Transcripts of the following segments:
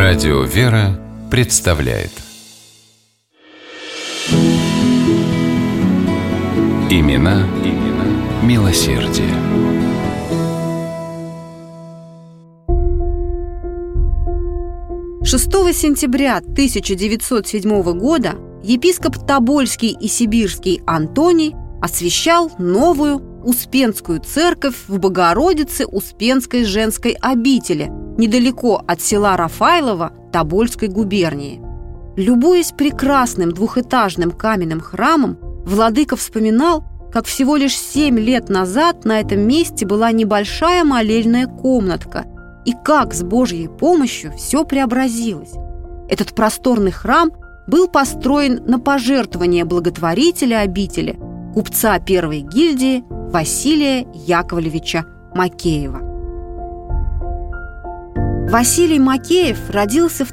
Радио «Вера» представляет Имена милосердия. Шестого сентября 1907 года епископ Тобольский и Сибирский Антоний освящал новую Успенскую церковь в Богородице Успенской женской обители, недалеко от села Рафайлово Тобольской губернии. Любуясь прекрасным двухэтажным каменным храмом, владыка вспоминал, как всего лишь 7 лет назад на этом месте была небольшая молельная комнатка, и как с Божьей помощью все преобразилось. Этот просторный храм был построен на пожертвование благотворителя обители, купца первой гильдии Василия Яковлевича Макеева. Василий Макеев родился в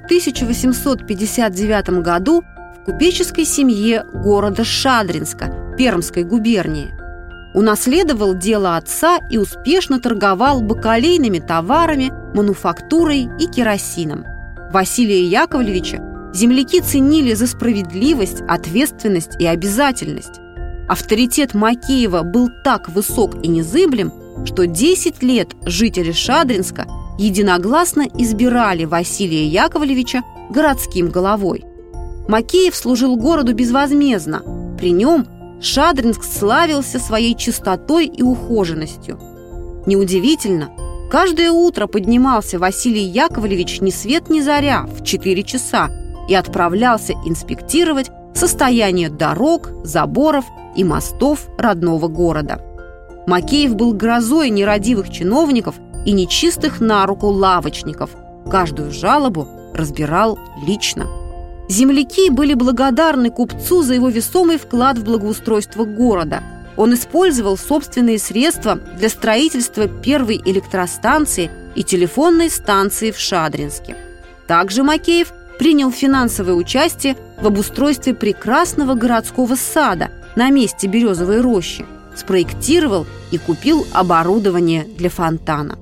1859 году в купеческой семье города Шадринска Пермской губернии. Унаследовал дело отца и успешно торговал бакалейными товарами, мануфактурой и керосином. Василия Яковлевича земляки ценили за справедливость, ответственность и обязательность. Авторитет Макеева был так высок и незыблем, что 10 лет жители Шадринска единогласно избирали Василия Яковлевича городским головой. Макеев служил городу безвозмездно. При нем Шадринск славился своей чистотой и ухоженностью. Неудивительно, каждое утро поднимался Василий Яковлевич ни свет ни заря в 4 часа и отправлялся инспектировать состояние дорог, заборов и мостов родного города. Макеев был грозой нерадивых чиновников и нечистых на руку лавочников. Каждую жалобу разбирал лично. Земляки были благодарны купцу за его весомый вклад в благоустройство города. Он использовал собственные средства для строительства первой электростанции и телефонной станции в Шадринске. Также Макеев принял финансовое участие в обустройстве прекрасного городского сада на месте Березовой рощи, спроектировал и купил оборудование для фонтана.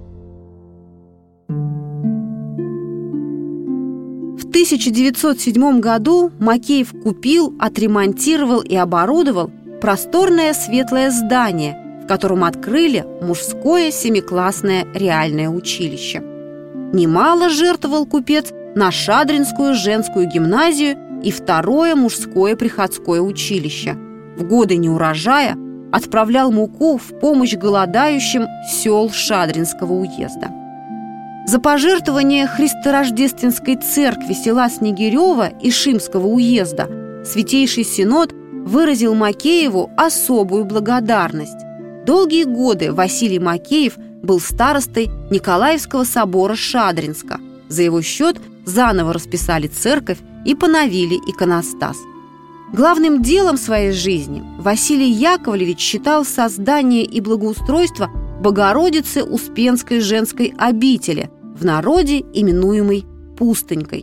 В 1907 году Макеев купил, отремонтировал и оборудовал просторное светлое здание, в котором открыли мужское семиклассное реальное училище. Немало жертвовал купец на Шадринскую женскую гимназию и второе мужское приходское училище. В годы неурожая отправлял муку в помощь голодающим сел Шадринского уезда. За пожертвование Христорождественской церкви села Снегирева и Шимского уезда Святейший Синод выразил Макееву особую благодарность. Долгие годы Василий Макеев был старостой Николаевского собора Шадринска. За его счет заново расписали церковь и поновили иконостас. Главным делом своей жизни Василий Яковлевич считал создание и благоустройство Богородицы Успенской женской обители, в народе именуемой Пустынькой.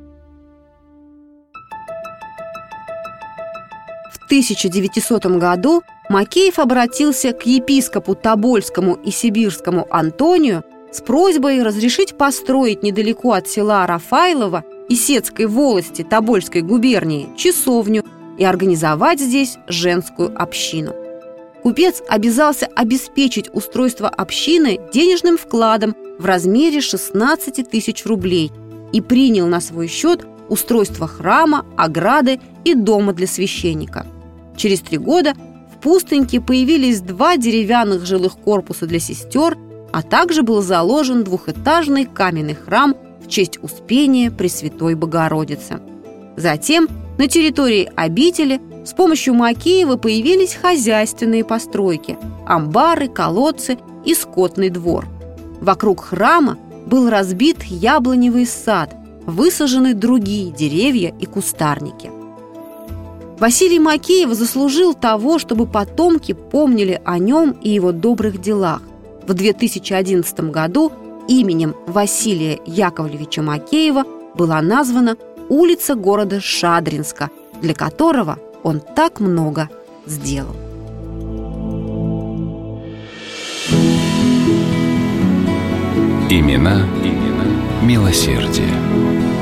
В 1900 году Макеев обратился к епископу Тобольскому и Сибирскому Антонию с просьбой разрешить построить недалеко от села Рафайлово Исетской волости Тобольской губернии часовню и организовать здесь женскую общину. Купец обязался обеспечить устройство общины денежным вкладом в размере 16 тысяч рублей и принял на свой счет устройство храма, ограды и дома для священника. Через 3 года в Пустыньке появились 2 деревянных жилых корпуса для сестер, а также был заложен двухэтажный каменный храм в честь Успения Пресвятой Богородицы. Затем на территории обители с помощью Макеева появились хозяйственные постройки – амбары, колодцы и скотный двор. Вокруг храма был разбит яблоневый сад, высажены другие деревья и кустарники. Василий Макеев заслужил того, чтобы потомки помнили о нем и его добрых делах. В 2011 году именем Василия Яковлевича Макеева была названа улица города Шадринска, для которого он так много сделал. Имена милосердия.